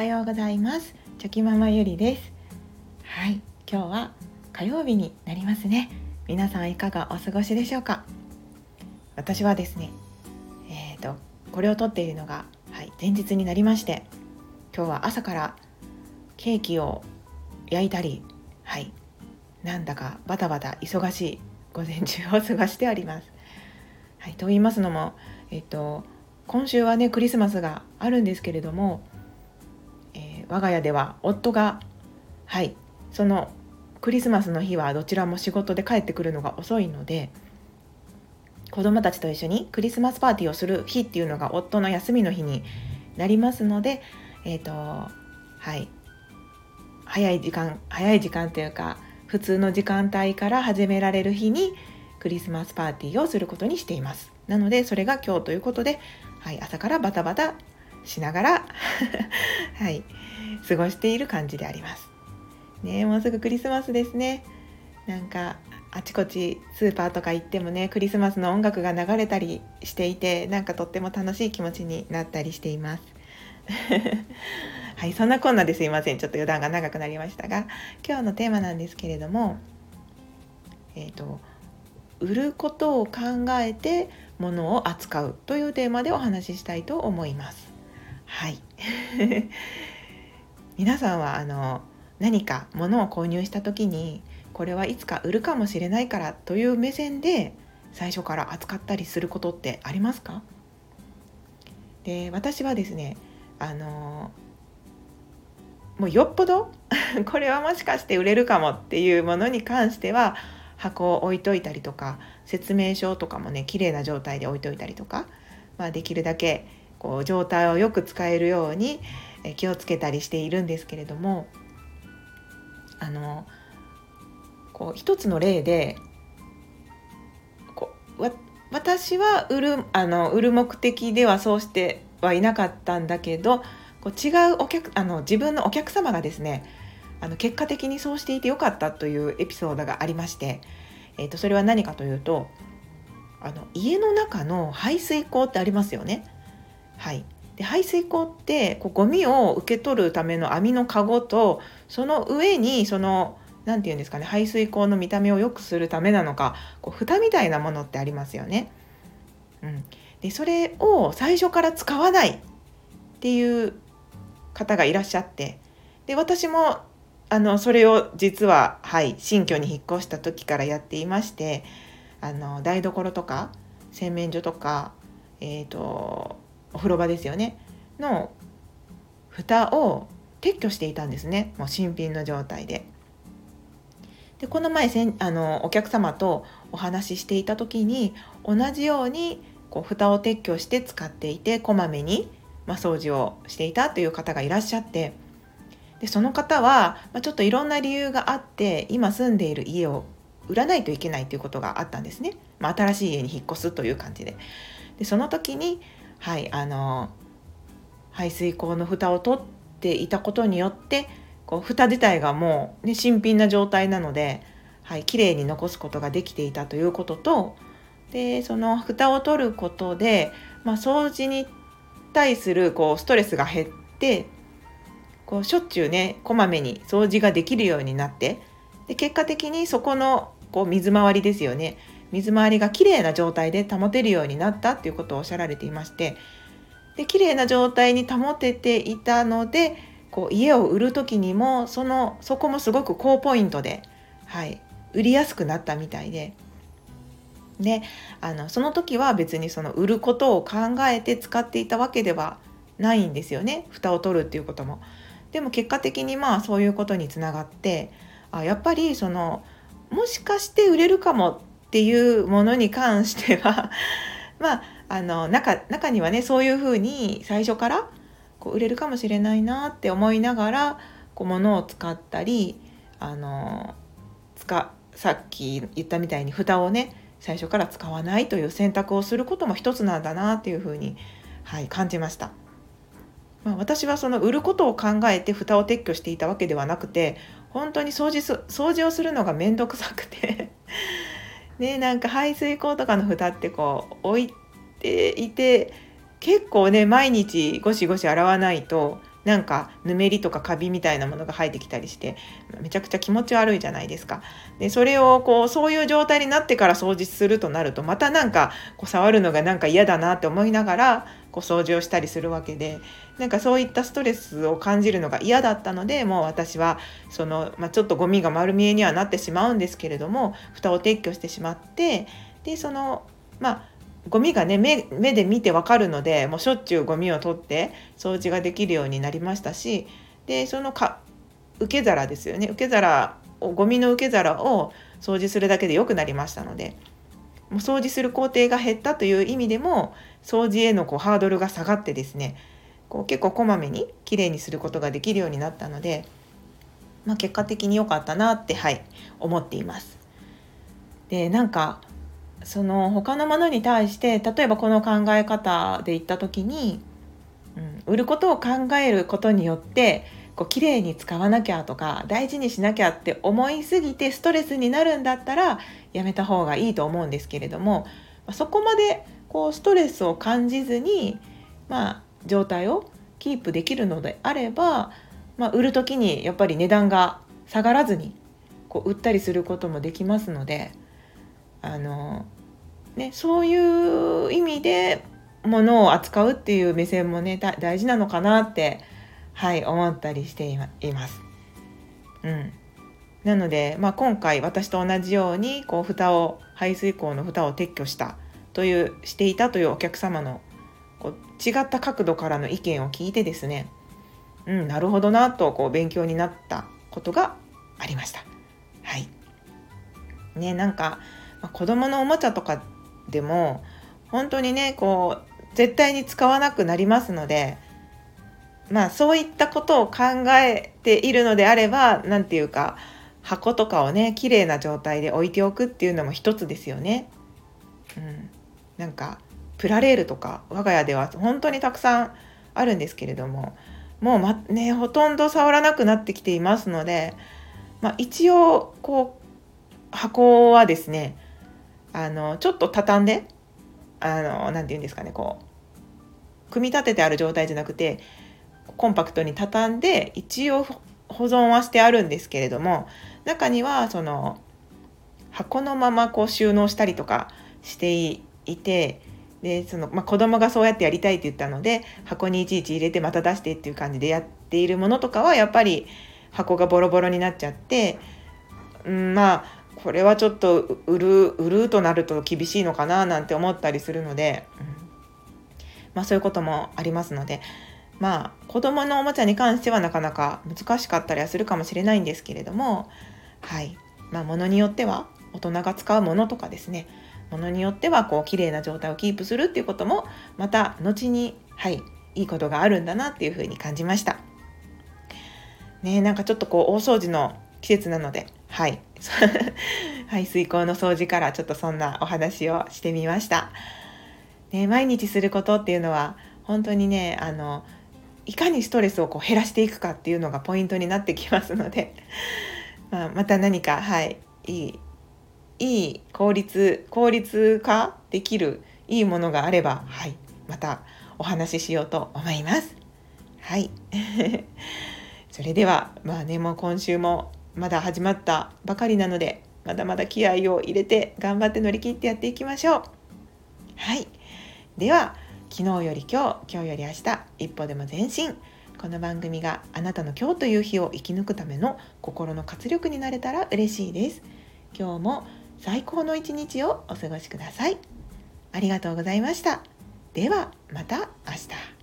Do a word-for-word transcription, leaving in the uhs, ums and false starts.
はようございます。チョキママゆりです。はい、今日は火曜日になりますね。皆さんいかがお過ごしでしょうか。私はですね、えーとこれを撮っているのが、はい、前日になりまして、今日は朝からケーキを焼いたり、はい、なんだかバタバタ忙しい午前中を過ごしております。はい、と言いますのも、えっと今週はねクリスマスがあるんですけれども、えー、我が家では夫がはいそのクリスマスの日はどちらも仕事で帰ってくるのが遅いので、子供たちと一緒にクリスマスパーティーをする日っていうのが夫の休みの日になりますので、えっとはい早い時間早い時間というか普通の時間帯から始められる日にクリスマスパーティーをすることにしています。なのでそれが今日ということで、はい、朝からバタバタしながらはい、過ごしている感じでありますね。もうすぐクリスマスですね。なんかあちこちスーパーとか行ってもね、クリスマスの音楽が流れたりしていて、なんかとっても楽しい気持ちになったりしていますはい、そんなこんなですいません、ちょっと余談が長くなりましたが、今日のテーマなんですけれども、えっと売ることを考えて物を扱うというテーマでお話ししたいと思います。はい皆さんはあの何か物を購入した時に、これはいつか売るかもしれないからという目線で最初から扱ったりすることってありますか？で、私はですね、あのもうよっぽどこれはもしかして売れるかもっていうものに関しては箱を置いといたりとか、説明書とかもね綺麗な状態で置いといたりとか、まあ、できるだけこう状態をよく使えるように気をつけたりしているんですけれども、あのこう一つの例でこうわ私は売るあの売る目的ではそうしてはいなかったんだけど、こう違うお客あの自分のお客様がですね、あの結果的にそうしていてよかったというエピソードがありまして、えー、とそれは何かというと、あの家の中の排水溝ってありますよね。はい、で排水溝ってこうゴミを受け取るための網のカゴと、その上にそのなんていうんですかね、排水溝の見た目を良くするためなのか、こう蓋みたいなものってありますよね。うん、でそれを最初から使わないっていう方がいらっしゃって、で私もあのそれを実は、はい、新居に引っ越した時からやっていまして、あの台所とか洗面所とか、えーと、お風呂場ですよねの蓋を撤去していたんですね。もう新品の状態で。でこの前せんあのお客様とお話ししていた時に、同じようにこう蓋を撤去して使っていて、こまめに、まあ、掃除をしていたという方がいらっしゃって、でその方は、まあ、ちょっといろんな理由があって今住んでいる家を売らないといけないということがあったんですね。まあ、新しい家に引っ越すという感じで、でその時に、はい、あの排水溝の蓋を取っていたことによって、こう蓋自体がもう、ね、新品な状態なので、はい、きれいに残すことができていたということと、でその蓋を取ることで、まあ、掃除に対するこうストレスが減って、こうしょっちゅうねこまめに掃除ができるようになって、で結果的にそこのこう水回りですよね、水回りがきれいな状態で保てるようになったっていうことをおっしゃられていまして、できれいな状態に保てていたので、こう家を売る時にもそのそこもすごく高ポイントで、はい、売りやすくなったみたいで、であのその時は別にその売ることを考えて使っていたわけではないんですよね、蓋を取るっていうことも。でも結果的にまあそういうことにつながって、あやっぱりそのもしかして売れるかもっていうものに関してはまああの 中, 中にはねそういうふうに最初からこう売れるかもしれないなって思いながらこう物を使ったり、あの使さっき言ったみたいに蓋をね最初から使わないという選択をすることも一つなんだなっていうふうに、はい、感じました。まあ、私はその売ることを考えて蓋を撤去していたわけではなくて、本当に掃除す掃除をするのがめんどくさくてね、なんか排水溝とかの蓋ってこう置いていて、結構ね毎日ゴシゴシ洗わないとなんかぬめりとかカビみたいなものが生えてきたりしてめちゃくちゃ気持ち悪いじゃないですか。でそれをこうそういう状態になってから掃除するとなるとまたなんかこう触るのがなんか嫌だなって思いながらこう掃除をしたりするわけで、なんかそういったストレスを感じるのが嫌だったので、もう私はその、まあ、ちょっとゴミが丸見えにはなってしまうんですけれども蓋を撤去してしまって、でそのまあゴミがね 目, 目で見てわかるので、もうしょっちゅうゴミを取って掃除ができるようになりましたし、でそのか受け皿ですよね、受け皿をゴミの受け皿を掃除するだけで良くなりましたので、もう掃除する工程が減ったという意味でも掃除へのこうハードルが下がってですね、こう結構こまめにきれいにすることができるようになったので、まあ、結果的に良かったなって、はい、思っています。でなんかその他のものに対して例えばこの考え方で言った時に、うん、売ることを考えることによってこう綺麗に使わなきゃとか大事にしなきゃって思いすぎてストレスになるんだったらやめた方がいいと思うんですけれども、そこまでこうストレスを感じずに、まあ、状態をキープできるのであれば、まあ、売る時にやっぱり値段が下がらずにこう売ったりすることもできますので、あのね、そういう意味で物を扱うっていう目線もね大事なのかなって、はい、思ったりしています。うん、なので、まあ、今回私と同じようにこう蓋を排水口の蓋を撤去したというしていたというお客様のこう違った角度からの意見を聞いてですね、うん、なるほどなとこう勉強になったことがありました。はいね、なんかまあ、子供のおもちゃとかでも本当にねこう絶対に使わなくなりますので、まあそういったことを考えているのであれば、なんていうか箱とかをね綺麗な状態で置いておくっていうのも一つですよね。うん、なんかプラレールとか我が家では本当にたくさんあるんですけれども、もう、まね、ほとんど触らなくなってきていますので、まあ、一応こう箱はですねあのちょっと畳んであのなんて言うんですかね、こう組み立ててある状態じゃなくてコンパクトに畳んで一応保存はしてあるんですけれども、中にはその箱のままこう収納したりとかしていて、でその、まあ、子供がそうやってやりたいって言ったので箱にいちいち入れてまた出してっていう感じでやっているものとかはやっぱり箱がボロボロになっちゃって、うん、まあこれはちょっと売る売るとなると厳しいのかななんて思ったりするので、うんまあ、そういうこともありますので、まあ子どものおもちゃに関してはなかなか難しかったりはするかもしれないんですけれども、はいまあ、ものによっては大人が使うものとかですね、ものによってはこう綺麗な状態をキープするっていうこともまた後に、はい、いいことがあるんだなっていうふうに感じました。ね、なんかちょっとこう大掃除の季節なので、はい排水口の掃除からちょっとそんなお話をしてみました、ね、毎日することっていうのは本当にねあのいかにストレスをこう減らしていくかっていうのがポイントになってきますのでまあ、また何か、はい、いい、いい効率効率化できるいいものがあれば、はい、またお話ししようと思います。はいそれではまあねもう今週もまだ始まったばかりなので、まだまだ気合を入れて頑張って乗り切ってやっていきましょう。はい、では昨日より今日、今日より明日、一歩でも前進。この番組があなたの今日という日を生き抜くための心の活力になれたら嬉しいです。今日も最高の一日をお過ごしください。ありがとうございました。ではまた明日。